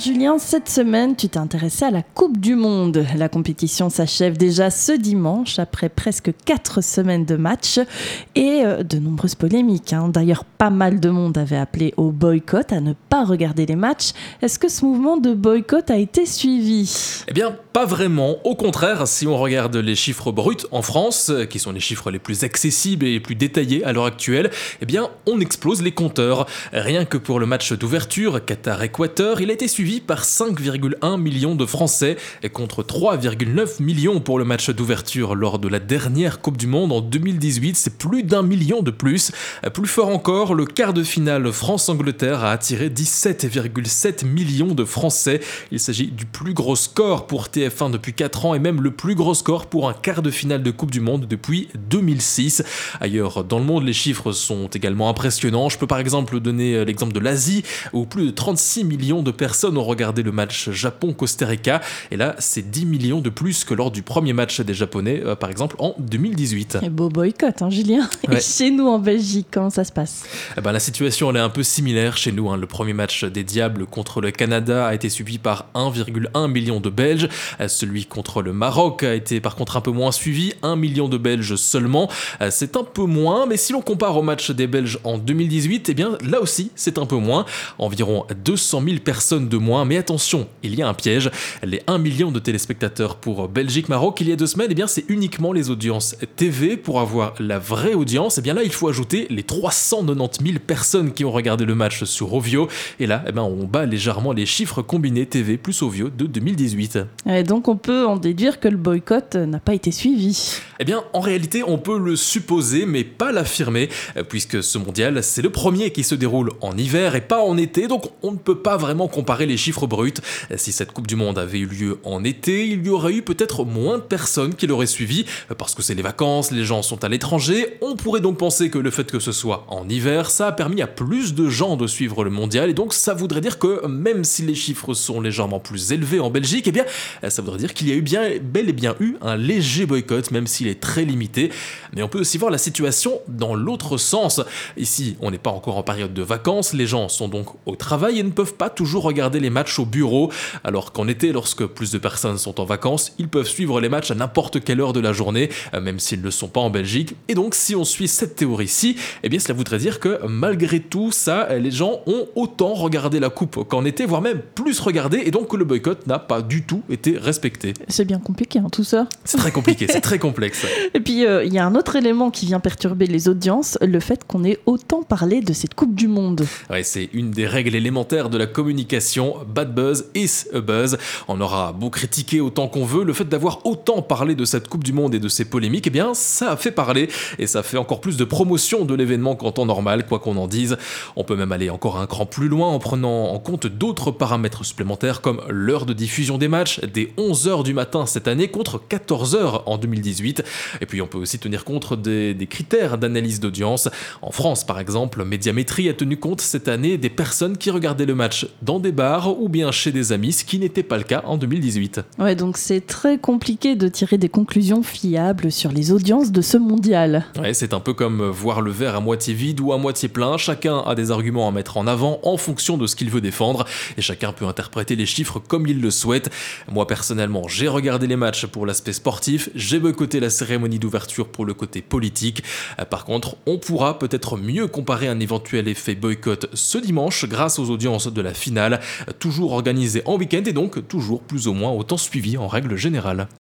Julien, cette semaine, tu t'es intéressé à la Coupe du Monde. La compétition s'achève déjà ce dimanche, après presque 4 semaines de matchs et de nombreuses polémiques. D'ailleurs, pas mal de monde avait appelé au boycott, à ne pas regarder les matchs. Est-ce que ce mouvement de boycott a été suivi ? Eh bien, pas vraiment. Au contraire, si on regarde les chiffres bruts en France, qui sont les chiffres les plus accessibles et les plus détaillés à l'heure actuelle, eh bien, on explose les compteurs. Rien que pour le match d'ouverture Qatar-Équateur, il a été suivi par 5,1 millions de Français, contre 3,9 millions pour le match d'ouverture lors de la dernière Coupe du Monde en 2018. C'est plus d'1 million de plus. Plus fort encore, le quart de finale France-Angleterre a attiré 17,7 millions de Français. Il s'agit du plus gros score pour TF1 depuis 4 ans et même le plus gros score pour un quart de finale de Coupe du Monde depuis 2006. Ailleurs dans le monde, les chiffres sont également impressionnants. Je peux par exemple donner l'exemple de l'Asie, où plus de 36 millions de personnes ont regardé le match Japon-Costa Rica. Et là, c'est 10 millions de plus que lors du premier match des Japonais, par exemple en 2018. Et beau boycott, Julien. Ouais. Et chez nous en Belgique, comment ça se passe ? La situation elle est un peu similaire chez nous. Le premier match des Diables contre le Canada a été suivi par 1,1 million de Belges. Celui contre le Maroc a été par contre un peu moins suivi, 1 million de Belges seulement. C'est un peu moins, mais si l'on compare au match des Belges en 2018, eh bien là aussi c'est un peu moins. Environ 200 000 personnes de moins, mais attention, il y a un piège. Les 1 million de téléspectateurs pour Belgique-Maroc il y a 2 semaines, eh bien c'est uniquement les audiences TV. Pour avoir la vraie audience, eh bien là il faut ajouter les 390 000 personnes qui ont regardé le match sur Ovio. Et là, on bat légèrement les chiffres combinés TV plus Ovio de 2018. Et donc on peut en déduire que le boycott n'a pas été suivi. Eh bien, en réalité, on peut le supposer, mais pas l'affirmer, puisque ce mondial, c'est le premier qui se déroule en hiver et pas en été, donc on ne peut pas vraiment comparer les chiffres bruts. Si cette Coupe du Monde avait eu lieu en été, il y aurait eu peut-être moins de personnes qui l'auraient suivi, parce que c'est les vacances, les gens sont à l'étranger. On pourrait donc penser que le fait que ce soit en hiver, ça a permis à plus de gens de suivre le mondial, et donc ça voudrait dire que même si les chiffres sont légèrement plus élevés en Belgique, eh bien, ça voudrait dire qu'il y a eu bel et bien eu un léger boycott, même s'il est très limité. Mais on peut aussi voir la situation dans l'autre sens. Ici, on n'est pas encore en période de vacances, les gens sont donc au travail et ne peuvent pas toujours regarder les matchs au bureau, alors qu'en été, lorsque plus de personnes sont en vacances, ils peuvent suivre les matchs à n'importe quelle heure de la journée, même s'ils ne le sont pas en Belgique. Et donc, si on suit cette théorie-ci, eh bien, cela voudrait dire que malgré tout ça, les gens ont autant regardé la coupe qu'en été, voire même plus regardé, et donc que le boycott n'a pas du tout été respecté. C'est bien compliqué, tout ça. C'est très compliqué, c'est très complexe. Et puis, il y a un autre élément qui vient perturber les audiences, le fait qu'on ait autant parlé de cette Coupe du Monde. Ouais, c'est une des règles élémentaires de la communication. Bad buzz is a buzz. On aura beau critiquer autant qu'on veut, le fait d'avoir autant parlé de cette Coupe du Monde et de ses polémiques, eh bien, ça a fait parler et ça fait encore plus de promotion de l'événement qu'en temps normal, quoi qu'on en dise. On peut même aller encore un cran plus loin en prenant en compte d'autres paramètres supplémentaires comme l'heure de diffusion des matchs, dès 11h du matin cette année contre 14h en 2018. Et puis on peut aussi tenir compte des critères d'analyse d'audience. En France par exemple, Médiamétrie a tenu compte cette année des personnes qui regardaient le match dans des bars ou bien chez des amis, ce qui n'était pas le cas en 2018. Ouais, donc c'est très compliqué de tirer des conclusions fiables sur les audiences de ce mondial. Ouais, c'est un peu comme voir le verre à moitié vide ou à moitié plein. Chacun a des arguments à mettre en avant en fonction de ce qu'il veut défendre et chacun peut interpréter les chiffres comme il le souhaite. Moi personnellement, j'ai regardé les matchs pour l'aspect sportif, j'ai boycotté la cérémonie d'ouverture pour le côté politique. Par contre, on pourra peut-être mieux comparer un éventuel effet boycott ce dimanche grâce aux audiences de la finale, toujours organisée en week-end et donc toujours plus ou moins autant suivie en règle générale.